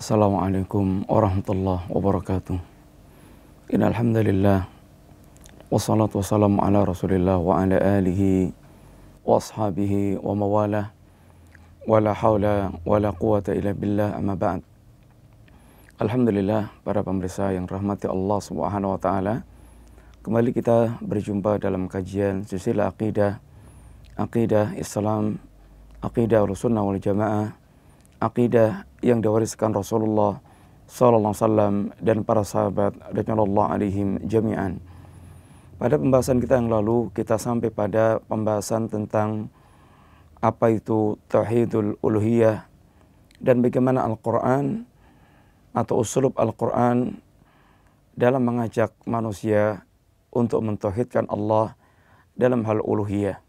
Assalamualaikum warahmatullahi wabarakatuh. Innal hamdalillah wassalatu wassalamu ala Rasulillah wa ala alihi wa ashabihi wa mawalah wala haula wala quwata illa billah amma ba'd. Alhamdulillah, para pemirsa yang rahmati Allah Subhanahu wa taala. Kembali kita berjumpa dalam kajian silsilah akidah Islam, akidah Ahlussunnah wal Jamaah, akidah yang diwariskan Rasulullah sallallahu alaihi wasallam dan para sahabat radhiyallahu alaihim jami'an. Pada pembahasan kita yang lalu, kita sampai pada pembahasan tentang apa itu tauhidul uluhiyah dan bagaimana Al-Qur'an atau uslub Al-Qur'an dalam mengajak manusia untuk mentauhidkan Allah dalam hal uluhiyah.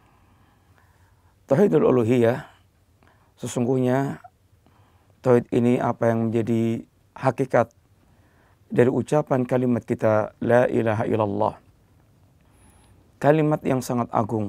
Tauhidul uluhiyah, sesungguhnya tauhid ini apa yang menjadi hakikat dari ucapan kalimat kita la ilaha illallah. Kalimat yang sangat agung.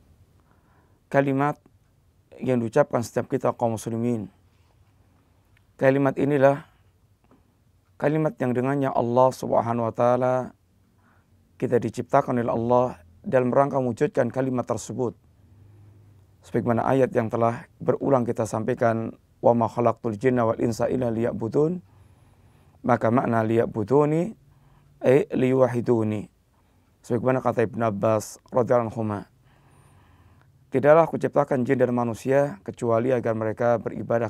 Kalimat yang diucapkan setiap kita kaum muslimin. Kalimat inilah kalimat yang dengannya Allah Subhanahu wa taala kita diciptakan oleh Allah dalam rangka mewujudkan kalimat tersebut. Sebagaimana ayat yang telah berulang kita sampaikan, wa ma khalaqtul jinna wal insa illa liya'budun. Maka makna liya'buduni ay liyuwahiduni. Sebagaimana kata Ibnu Abbas radhiyallahu anhuma, tidaklah aku ciptakan jin dan manusia kecuali agar mereka beribadah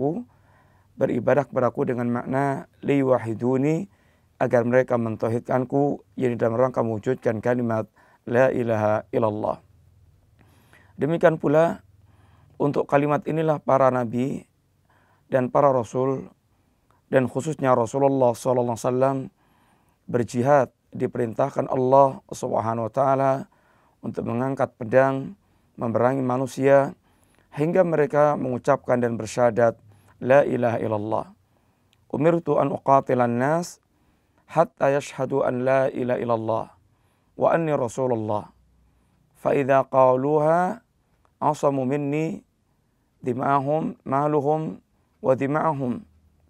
kepadaku dengan makna liyuwahiduni, agar mereka mentauhidkanku, yakni dalam rangka mewujudkan kalimat la ilaha illallah. Demikian pula untuk kalimat inilah para nabi dan para rasul, dan khususnya Rasulullah sallallahu alaihi wasallam berjihad, diperintahkan Allah Subhanahu wa taala untuk mengangkat pedang memerangi manusia hingga mereka mengucapkan dan bersyahadat la ilaha illallah. Umirtu an uqatilan nas hatta yashhadu an la ilaha illallah wa anni rasulullah. Fa idza qaluha asamu minni dima'ahum maluhum wa dima'ahum.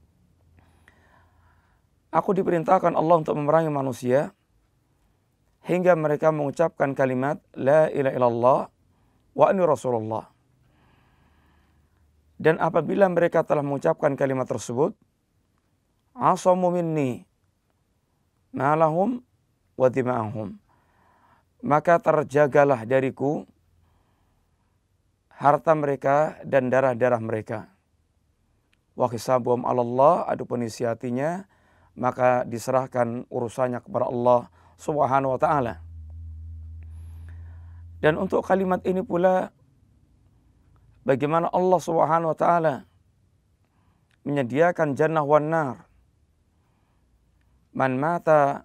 Aku diperintahkan Allah untuk memerangi manusia hingga mereka mengucapkan kalimat la ilaha illallah wa anni rasulullah. Dan apabila mereka telah mengucapkan kalimat tersebut, asamu minni malahum wa dima'ahum, maka terjagalah dariku harta mereka dan darah-darah mereka. Wa hisabuhum 'ala Allah, adapun isi hatinya maka diserahkan urusannya kepada Allah Subhanahu wa taala. Dan untuk kalimat ini pula bagaimana Allah Subhanahu wa taala menyediakan jannah wan nar. Man mata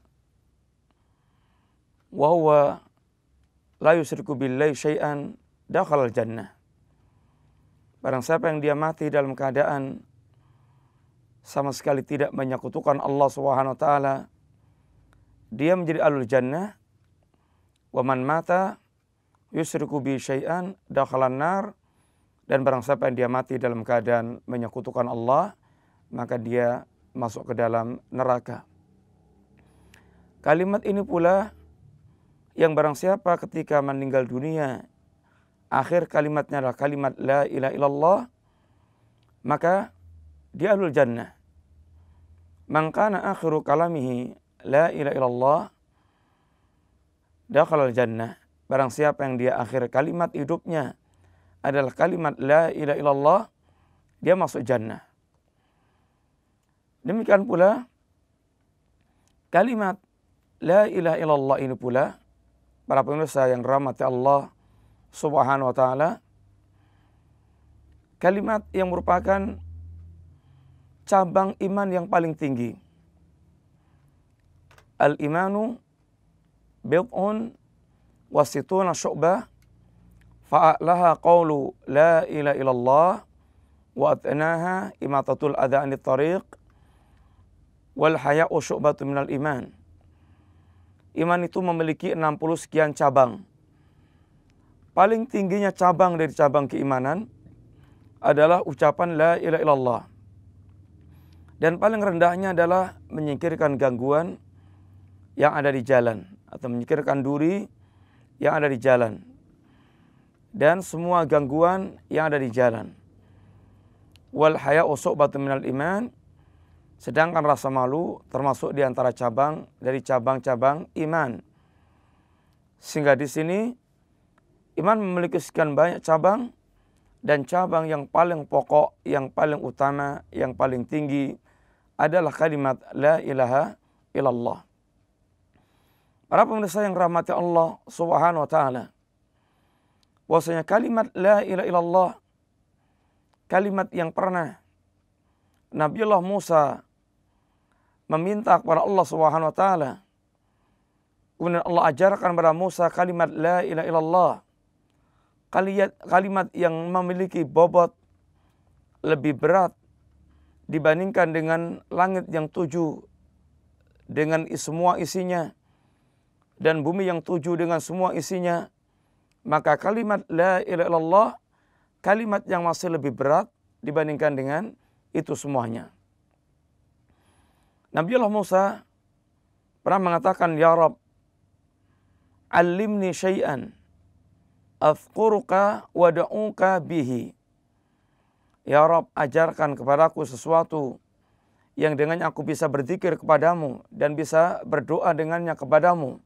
wa huwa la yusyriku billahi syai'an dakhala al-jannah. Barang siapa yang dia mati dalam keadaan sama sekali tidak menyekutukan Allah Subhanahu wa taala, dia menjadi ahlul jannah. Wa man mata yusyriku bi syai'an dakhalan nar, dan barang siapa yang dia mati dalam keadaan menyekutukan Allah, maka dia masuk ke dalam neraka. Kalimat ini pula yang barang siapa ketika meninggal dunia akhir kalimatnya adalah kalimat la ilaha illallah, maka dia ahlul jannah. Man kana akhiru kalamihi la ilaha illallah dakhala al-jannah. Barang siapa yang dia akhir kalimat hidupnya adalah kalimat la ilaha illallah, dia masuk jannah. Demikian pula kalimat la ilaha illallah ini pula, para pemirsa yang rahmati Allah Subhanahu wa taala, kalimat yang merupakan cabang iman yang paling tinggi. Al-imanu bid'un wa situna syu'bah, fa'alaha qawlu la ilaha illallah wa atnaha imatatul adha anit tariq wal haya'u syu'batu minal iman. Iman itu memiliki 60 sekian cabang. Paling tingginya cabang dari cabang keimanan adalah ucapan la ilaha illallah. Dan paling rendahnya adalah menyingkirkan gangguan yang ada di jalan, atau menyingkirkan duri yang ada di jalan, dan semua gangguan yang ada di jalan. Wal haya'u syu'batun minal iman, sedangkan rasa malu termasuk di antara cabang dari cabang-cabang iman. Sehingga di sini iman memiliki sekian banyak cabang, dan cabang yang paling pokok, yang paling utama, yang paling tinggi adalah kalimat la ilaha illallah. Para pemirsa yang rahmati Allah Subhanahu wa taala, bahwasanya kalimat la ilaha illallah, kalimat yang pernah Nabiullah Musa meminta kepada Allah Subhanahu wa taala, kemudian Allah ajarkan kepada Musa kalimat la ilaha illallah, kalimat yang memiliki bobot lebih berat dibandingkan dengan langit yang 7 dengan semua isinya, dan bumi yang 7 dengan semua isinya. Maka kalimat la ilaha illallah, kalimat yang masih lebih berat dibandingkan dengan itu semuanya. Nabiullah Musa pernah mengatakan, ya Rabb, alimni syai'an azkuruka wa da'uka bihi. Ya Rabb, ajarkan kepadaku sesuatu yang dengannya aku bisa berzikir kepadamu dan bisa berdoa dengannya kepadamu.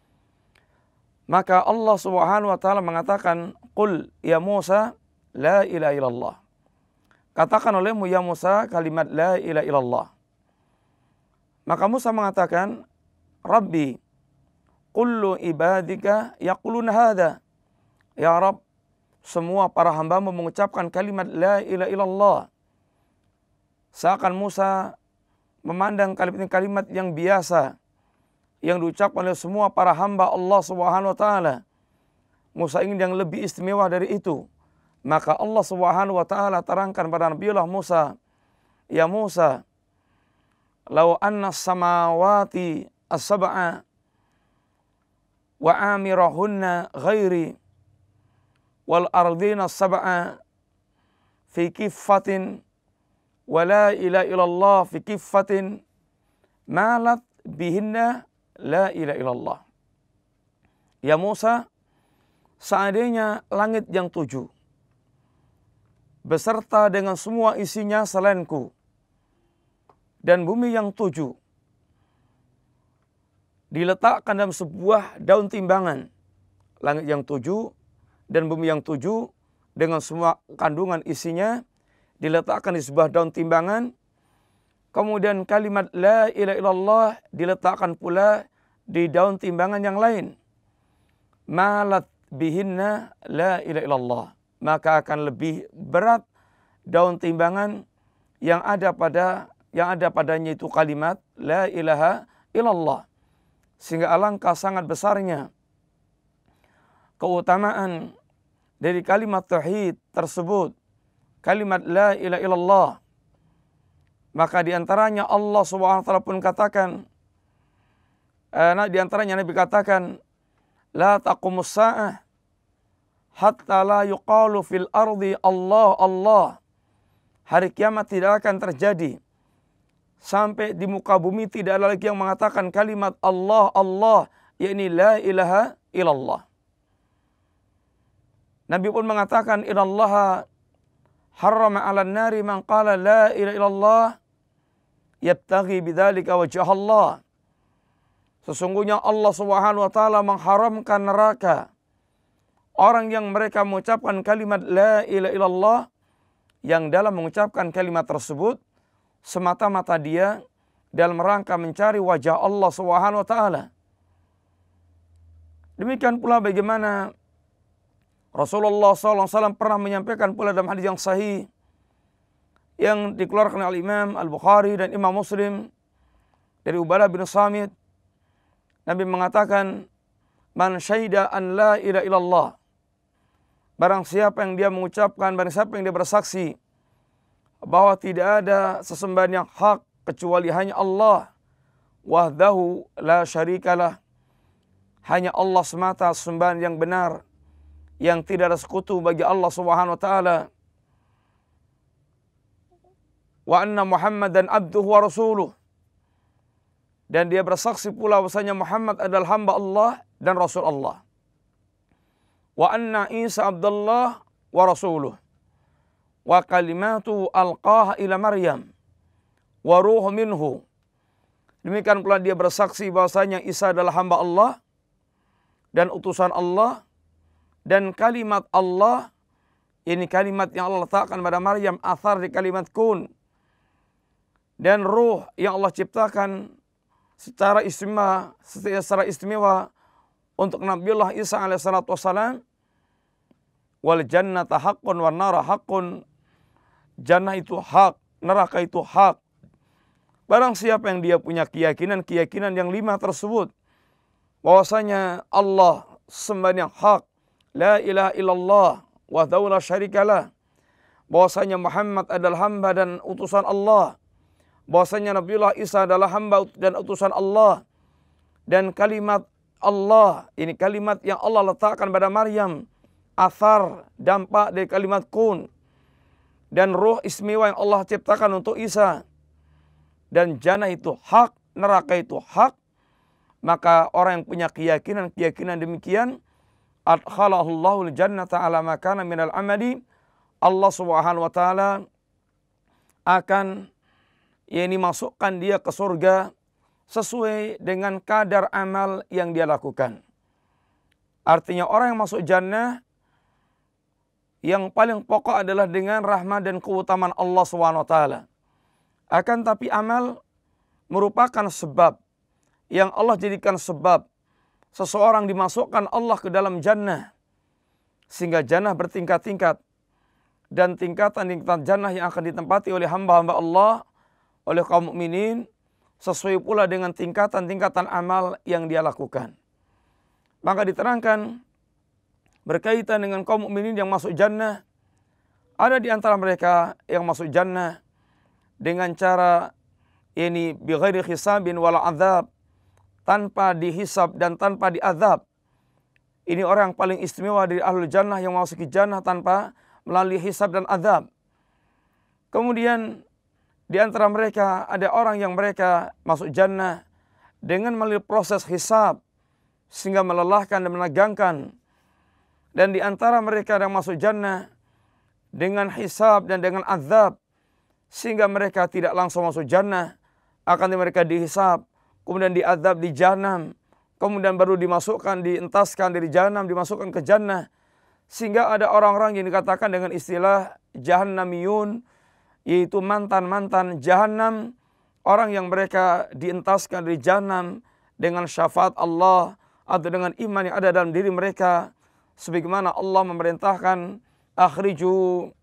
Maka Allah Subhanahu wa taala mengatakan, qul ya Musa la ilaha illallah. Katakan olehmu ya Musa kalimat la ilaha illallah. Maka Musa mengatakan, Rabbi, kullu ibadika yaqulun hadha. Ya Rabb, semua para hambamu mengucapkan kalimat la ilaha illallah. Seakan Musa memandang kalimat ini kalimat yang biasa, yang diucapkan oleh semua para hamba Allah Subhanahu wa taala. Musa ingin yang lebih istimewa dari itu. Maka Allah Subhanahu wa taala terangkan pada Nabiullah Musa, ya Musa, law anna samawati as-sab'a wa amirahunna ghairi wal ardina as-sab'a fi kiffatin wa la ilaha illallah fi kiffatin malat bihinna la ilaha illallah. Ya Musa, seandainya langit yang 7 beserta dengan semua isinya selainku, dan bumi yang 7 diletakkan dalam sebuah daun timbangan, langit yang 7 dan bumi yang 7 dengan semua kandungan isinya diletakkan di sebuah daun timbangan, kemudian kalimat la ilaha illallah diletakkan pula di daun timbangan yang lain, malat bihinna la ilaha illallah, maka akan lebih berat daun timbangan yang ada padanya itu kalimat la ilaha illallah. Sehingga alangkah sangat besarnya keutamaan dari kalimat tauhid tersebut, kalimat la ilaha illallah. Maka diantaranya Allah Subhanahu wa taala pun katakan, diantaranya Nabi katakan, la taqumus sa'ah hatta la yuqalu fil ardi Allah Allah. Hari kiamat tidak akan terjadi sampai di muka bumi tidak ada lagi yang mengatakan kalimat Allah Allah, yakni la ilaha illallah. Nabi pun mengatakan, innallaha harrama 'alan nari man qala la ilaha illallah yabtaghi bidzalika wajha Allah. Sesungguhnya Allah Subhanahu wa taala mengharamkan neraka orang yang mereka mengucapkan kalimat la ilaha illallah, yang dalam mengucapkan kalimat tersebut semata-mata dia dalam rangka mencari wajah Allah Subhanahu wa taala. Demikian pula bagaimana Rasulullah SAW pernah menyampaikan pula dalam hadis yang sahih yang dikeluarkan oleh Imam Al-Bukhari dan Imam Muslim dari Ubadah bin Samit. Nabi mengatakan, man syahida an la ilaha illallah, barang siapa yang dia mengucapkan, barang siapa yang dia bersaksi bahwa tidak ada sesembahan yang hak kecuali hanya Allah, wahdahu la syarikalah, hanya Allah semata sembahan yang benar, yang tidak ada sekutu bagi Allah Subhanahu wa taala. wa anna Muhammadan abduhu wa rasuluh. Dan dia bersaksi pula bahwasanya Muhammad adalah hamba Allah dan Rasul Allah. Wa anna Isa abdullah wa rasuluh. Wa kalimatu alqaha ila Maryam. Wa ruh minhu. Demikian pula dia bersaksi bahwasanya Isa adalah hamba Allah dan utusan Allah. Dan kalimat Allah, ini kalimat yang Allah letakkan pada Maryam, athar di kalimat kun. Dan ruh yang Allah ciptakan secara istimewa untuk Nabiullah Isa alaihissalatu wassalam. Wal jannata haqqun wan nara haqqun. Jannah itu hak, neraka itu hak. Barang siapa yang dia punya keyakinan yang 5 tersebut, bahwasanya Allah sembahan yang hak, la ilaha illallah wahdahu la syarikalah, bahwasanya Muhammad adalah hamba dan utusan Allah, bahwasanya Nabiullah Isa adalah hamba dan utusan Allah, dan kalimat Allah, ini kalimat yang Allah letakkan pada Maryam, athar, dampak dari kalimat kun, dan ruh istimewa yang Allah ciptakan untuk Isa, dan jannah itu hak, neraka itu hak, maka orang yang punya keyakinan demikian, adkhalahullahu al-jannata ala ma kana minal amali, Allah Subhanahu wa taala akan masukkan dia ke surga sesuai dengan kadar amal yang dia lakukan. Artinya orang yang masuk jannah yang paling pokok adalah dengan rahmat dan keutamaan Allah Subhanahu wa taala. Akan tapi amal merupakan sebab yang Allah jadikan sebab seseorang dimasukkan Allah ke dalam jannah. Sehingga jannah bertingkat-tingkat. Dan tingkatan-tingkatan jannah yang akan ditempati oleh hamba-hamba Allah, oleh kaum mukminin, sesuai pula dengan tingkatan-tingkatan amal yang dia lakukan. Maka diterangkan berkaitan dengan kaum mukminin yang masuk jannah, ada di antara mereka yang masuk jannah dengan cara ini bighairi hisabin wala azab, tanpa dihisab dan tanpa diazab. Ini orang yang paling istimewa dari ahlul jannah yang memasuki jannah tanpa melalui hisab dan azab. Kemudian di antara mereka ada orang yang mereka masuk jannah dengan melalui proses hisab sehingga melelahkan dan menegangkan. Dan di antara mereka yang masuk jannah dengan hisab dan dengan azab sehingga mereka tidak langsung masuk jannah, akan mereka dihisab, kemudian diazab di jahanam, kemudian baru dimasukkan, dientaskan dari jahanam, dimasukkan ke jannah. Sehingga ada orang-orang yang dikatakan dengan istilah jahannamiyun, yaitu mantan-mantan jahanam, orang yang mereka dientaskan dari jahanam dengan syafaat Allah atau dengan iman yang ada dalam diri mereka. Sebagaimana Allah memerintahkan akhriju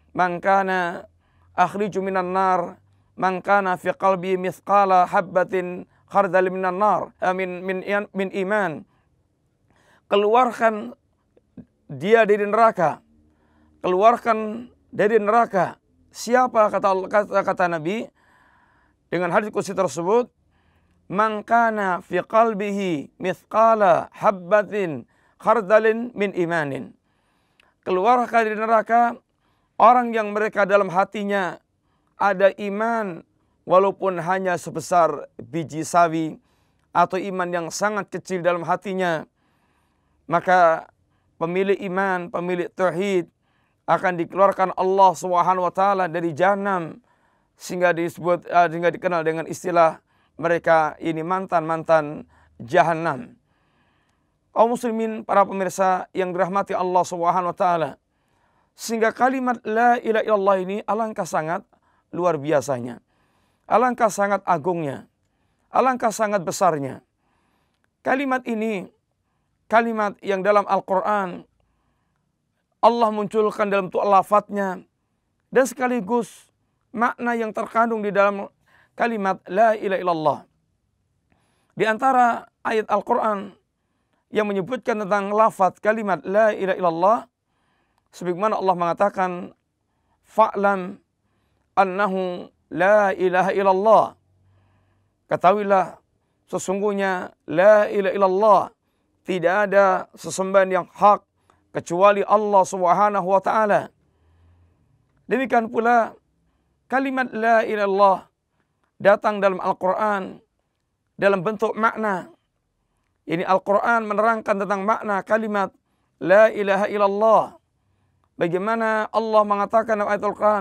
minan nar man kana fi qalbi mithqala habbatin khardal minan nar min iman. Keluarkan dia dari neraka. Keluarkan dari neraka. Siapa kata Nabi dengan hadis qudsi tersebut? Man kana fi qalbihi mithqala habbatin khardalin min imanin. Keluarkan dari neraka orang yang mereka dalam hatinya ada iman walaupun hanya sebesar biji sawi atau iman yang sangat kecil dalam hatinya. Maka pemilik iman, pemilik tauhid akan dikeluarkan Allah Subhanahu wa taala dari jahanam sehingga dikenal dengan istilah mereka ini mantan-mantan jahanam. Kaum muslimin, para pemirsa yang dirahmati Allah Subhanahu wa taala, sehingga kalimat la ilaha illallah ini alangkah sangat luar biasanya. Alangkah sangat agungnya. Alangkah sangat besarnya. Kalimat ini kalimat yang dalam Al-Qur'an Allah munculkan dalam bentuk lafadznya dan sekaligus makna yang terkandung di dalam kalimat la ilaha illallah. Di antara ayat Al-Qur'an yang menyebutkan tentang lafadz kalimat la ilaha illallah, sebagaimana Allah mengatakan fa'lam annahu la ilaha illallah. Ketahuilah sesungguhnya la ilaha illallah, tidak ada sesembahan yang hak kecuali Allah Subhanahu wa taala. Demikian pula kalimat la ilaha illallah datang dalam Al-Quran dalam bentuk makna. Ini Al-Quran menerangkan tentang makna kalimat la ilaha illallah. Bagaimana Allah mengatakan dalam ayat Al-Quran,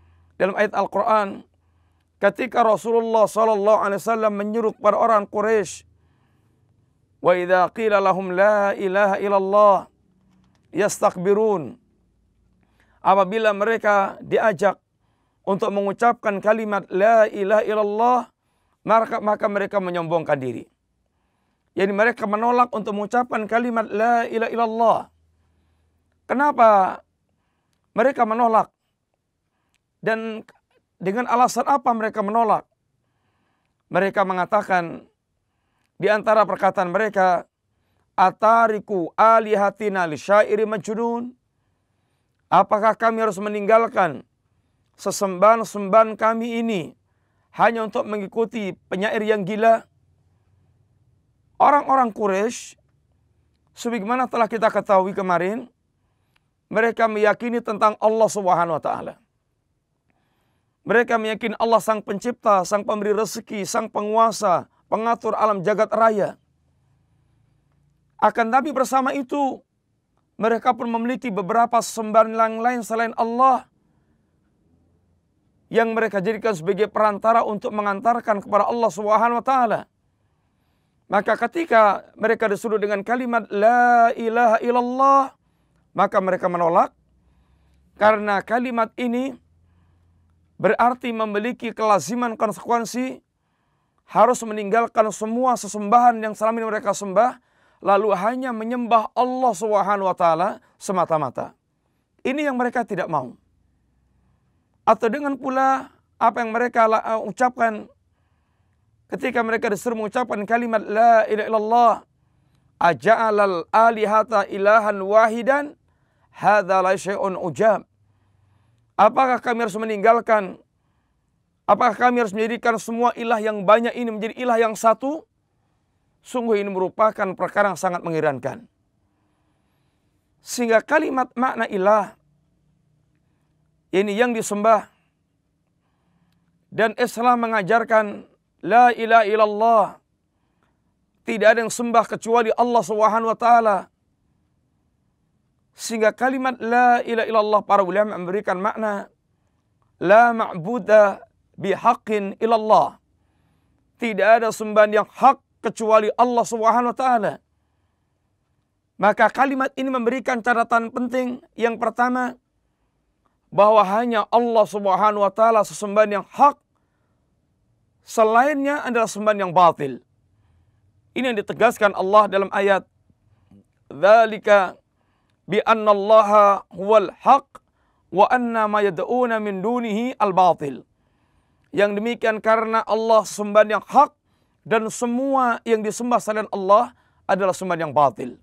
ketika Rasulullah SAW menyuruh kepada orang Quraisy, wa idza qila lahum la ilaha illallah yastakbirun. Apabila mereka diajak untuk mengucapkan kalimat la ilaha illallah, maka mereka menyombongkan diri. Jadi mereka menolak untuk mengucapkan kalimat la ilaha illallah. Kenapa mereka menolak? Dan dengan alasan apa mereka menolak? Mereka mengatakan di antara perkataan mereka, atariku alihatina li syairi majnun. Apakah kami harus meninggalkan sesembahan-sembahan kami ini hanya untuk mengikuti penyair yang gila? Orang-orang Quraisy, sebagaimana telah kita ketahui kemarin, mereka meyakini tentang Allah Subhanahu wa taala. Mereka meyakini Allah sang pencipta, sang pemberi rezeki, sang penguasa, pengatur alam jagat raya. Akan tapi bersama itu, mereka pun memiliki beberapa sembahan lain selain Allah yang mereka jadikan sebagai perantara untuk mengantarkan kepada Allah Subhanahu wa taala. Maka ketika mereka disuruh dengan kalimat la ilaha illallah, maka mereka menolak karena kalimat ini berarti memiliki kelaziman konsekuensi harus meninggalkan semua sesembahan yang selama ini mereka sembah, lalu hanya menyembah Allah Subhanahu wa taala semata-mata. Ini yang mereka tidak mau. Atau dengan pula apa yang mereka ucapkan ketika mereka disuruh mengucapkan kalimat la ilaha illallah, aja'alal alihata ilahan wahidan hadza la syai'un ujab. Apakah kami harus meninggalkan, apakah kami harus menjadikan semua ilah yang banyak ini menjadi ilah yang satu? Sungguh ini merupakan perkara yang sangat mengherankan. Sehingga kalimat makna ilah ini yang disembah, dan Islam mengajarkan la ilaha illallah, tidak ada yang sembah kecuali Allah Subhanahu wa taala. Sehingga kalimat la ilaha illallah para ulama memberikan makna la ma'buda bihaqqin illallah. Tidak ada sembahan yang hak kecuali Allah Subhanahu wa taala. Maka kalimat ini memberikan catatan penting. Yang pertama, bahwa hanya Allah Subhanahu wa taala sesembahan yang hak, selainnya adalah sembahan yang batil. Ini yang ditegaskan Allah dalam ayat dzalika bi annallaha huwal haq wa anna ma yad'una min dunihi al batil. Yang demikian karena Allah sembahan yang hak dan semua yang disembah selain Allah adalah sembahan yang batil.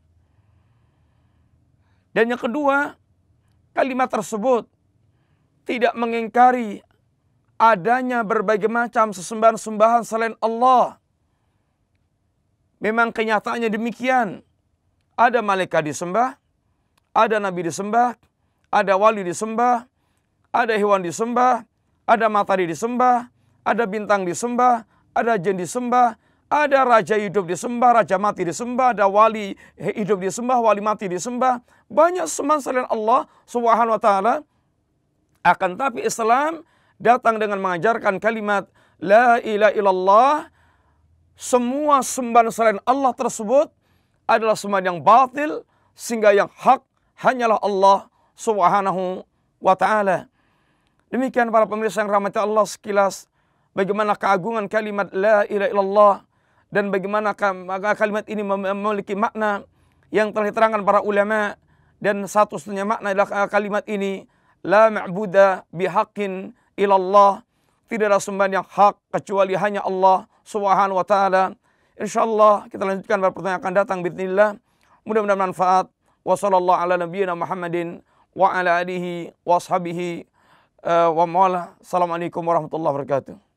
Dan yang kedua, kalimat tersebut tidak mengingkari adanya berbagai macam sesembahan-sembahan selain Allah. Memang kenyataannya demikian. Ada malaikat disembah, ada nabi disembah, ada wali disembah, ada hewan disembah, ada matahari disembah, ada bintang disembah, ada jin disembah, ada raja hidup disembah, raja mati disembah, ada wali hidup disembah, wali mati disembah. Banyak sembahan selain Allah Subhanahu wa taala. Akan tapi Islam datang dengan mengajarkan kalimat la ilaha illallah. Semua sembahan selain Allah tersebut adalah sembahan yang batil, sehingga yang hak hanyalah Allah Subhanahu wa taala. Demikian para pemirsa yang rahmati Allah, sekilas bagaimana keagungan kalimat la ilaha illallah dan bagaimana kalimat ini memiliki makna yang telah diterangkan para ulama. Dan satu-satunya makna adalah kalimat ini la ma'buda bihaqqin ilallah. Tidak ada sembahan yang hak kecuali hanya Allah Subhanahu wa taala. Insyaallah kita lanjutkan pada pertanyaan akan datang bismillah. Mudah-mudahan manfaat. Wa sallallahu ala nabiyyina Muhammadin wa ala alihi wa ashabihi wa mawala. Assalamualaikum warahmatullahi wabarakatuh.